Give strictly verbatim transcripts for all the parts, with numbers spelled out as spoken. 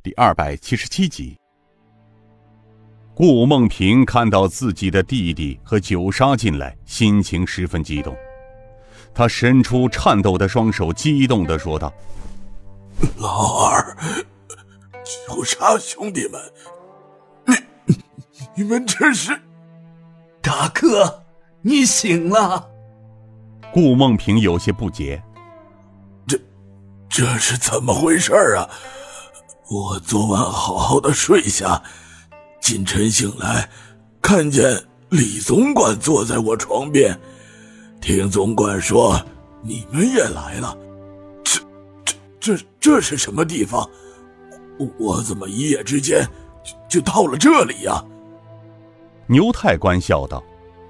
第二百七十七集。顾梦平看到自己的弟弟和九杀进来，心情十分激动。他伸出颤抖的双手，激动地说道： 老二，九杀兄弟们，你你们这是…… 大哥，你醒了。 顾梦平有些不解， 这这是怎么回事啊？我昨晚好好的睡下，清晨醒来，看见李总管坐在我床边，听总管说你们也来了，这这这这是什么地方？我怎么一夜之间就就到了这里呀？ 牛太官笑道：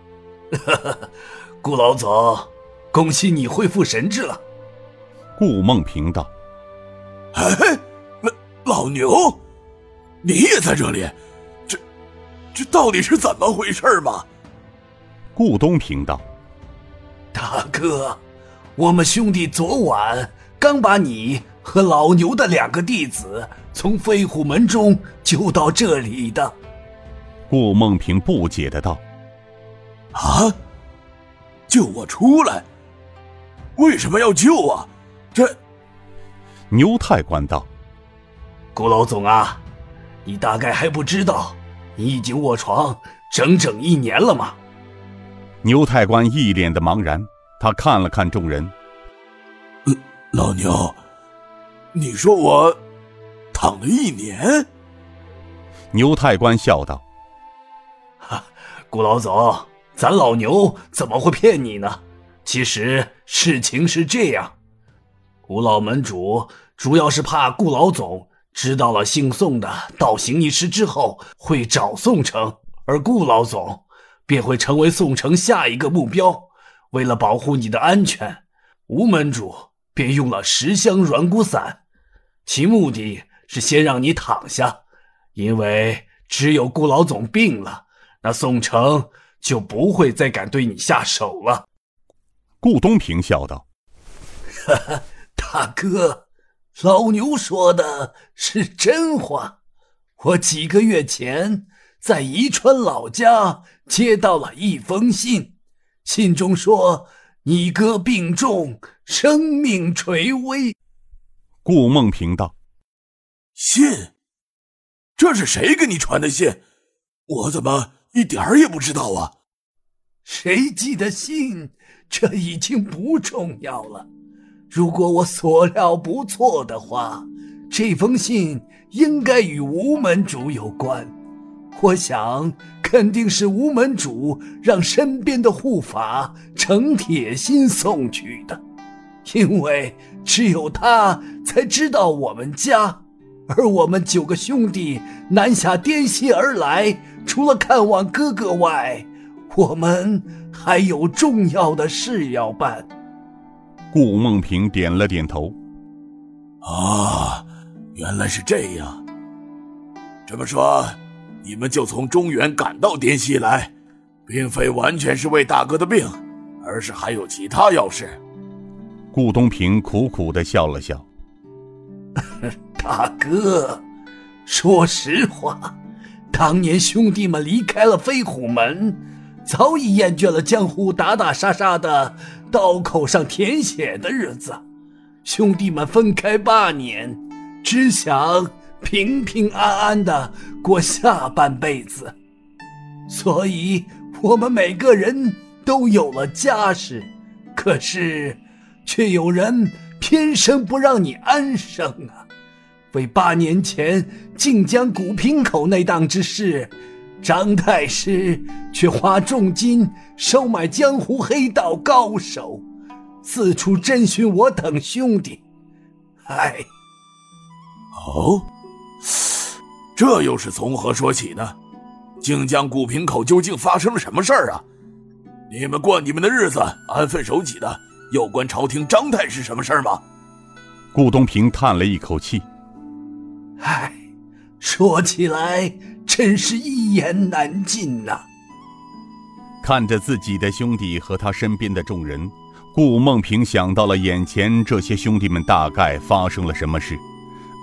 顾老总，恭喜你恢复神智了。 顾梦平道： 哎，老老牛，你也在这里？这这到底是怎么回事嘛？ 顾东平道： 大哥，我们兄弟昨晚刚把你和老牛的两个弟子从飞虎门中救到这里的。 顾梦平不解的道： 啊，救我出来？为什么要救啊？这…… 牛太官道： 顾老总啊，你大概还不知道，你已经卧床整整一年了吗？ 牛太官一脸的茫然，他看了看众人。 呃、老牛，你说我躺了一年？ 牛太官笑道： 哈，顾老总，咱老牛怎么会骗你呢？其实事情是这样，顾老门主主要是怕顾老总知道了姓宋的倒行逆施之后会找宋城，而顾老总便会成为宋城下一个目标。为了保护你的安全，吴门主便用了十香软骨散，其目的是先让你躺下，因为只有顾老总病了，那宋城就不会再敢对你下手了。 顾东平笑道： 哈哈，大哥，老牛说的是真话。我几个月前在宜川老家接到了一封信，信中说你哥病重，生命垂危。 顾梦平道： 信？这是谁给你传的信？我怎么一点儿也不知道啊？ 谁寄的信，这已经不重要了。如果我所料不错的话，这封信应该与吴门主有关。我想肯定是吴门主让身边的护法程铁心送去的，因为只有他才知道我们家，而我们九个兄弟南下滇西而来，除了看望哥哥外，我们还有重要的事要办。 顾梦平点了点头。 啊，原来是这样。这么说，你们就从中原赶到滇西来，并非完全是为大哥的病，而是还有其他要事。 顾东平苦苦地笑了笑。 大哥，说实话，当年兄弟们离开了飞虎门，早已厌倦了江湖打打杀杀的刀口上舔血的日子。兄弟们分开八年，只想平平安安的过下半辈子，所以我们每个人都有了家室，可是却有人偏生不让你安生啊！为八年前晋江古平口那档之事，张太师却花重金收买江湖黑道高手，四处侦询我等兄弟。唉， 哦，这又是从何说起呢？晋江古平口究竟发生了什么事儿啊？你们过你们的日子，安分守己的，有关朝廷张太师什么事儿吗？ 顾东平叹了一口气。 唉，说起来真是一言难尽呐、啊。 看着自己的兄弟和他身边的众人，顾梦平想到了眼前这些兄弟们大概发生了什么事，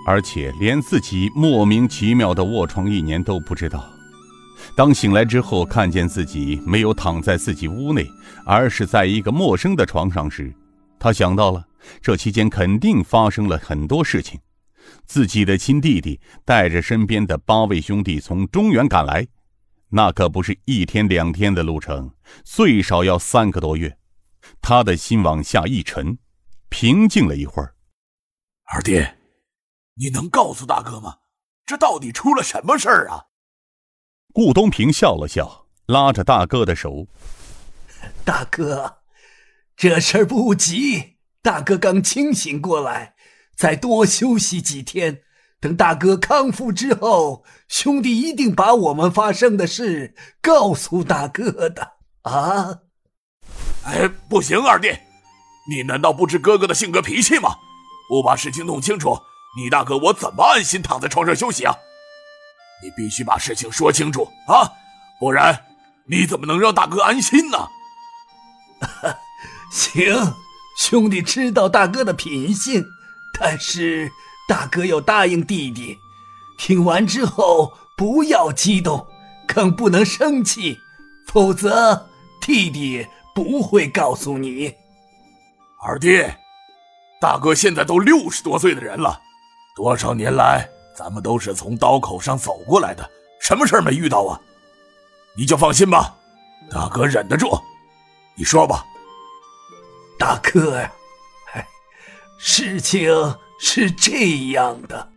而且连自己莫名其妙的卧床一年都不知道。当醒来之后，看见自己没有躺在自己屋内，而是在一个陌生的床上时，他想到了这期间肯定发生了很多事情。自己的亲弟弟带着身边的八位兄弟从中原赶来，那可不是一天两天的路程，最少要三个多月。他的心往下一沉，平静了一会儿。 二弟，你能告诉大哥吗？这到底出了什么事儿啊？ 顾东平笑了笑，拉着大哥的手。 大哥，这事儿不急，大哥刚清醒过来，再多休息几天，等大哥康复之后，兄弟一定把我们发生的事告诉大哥的啊！ 哎，不行，二弟，你难道不知哥哥的性格脾气吗？不把事情弄清楚，你大哥我怎么安心躺在床上休息啊？你必须把事情说清楚啊，不然你怎么能让大哥安心呢？ 行，兄弟知道大哥的品性，但是大哥要答应弟弟，听完之后不要激动，更不能生气，否则弟弟不会告诉你。 二弟，大哥现在都六十多岁的人了，多少年来咱们都是从刀口上走过来的，什么事儿没遇到啊？你就放心吧，大哥忍得住。你说吧。 大哥呀，哎，事情是这样的。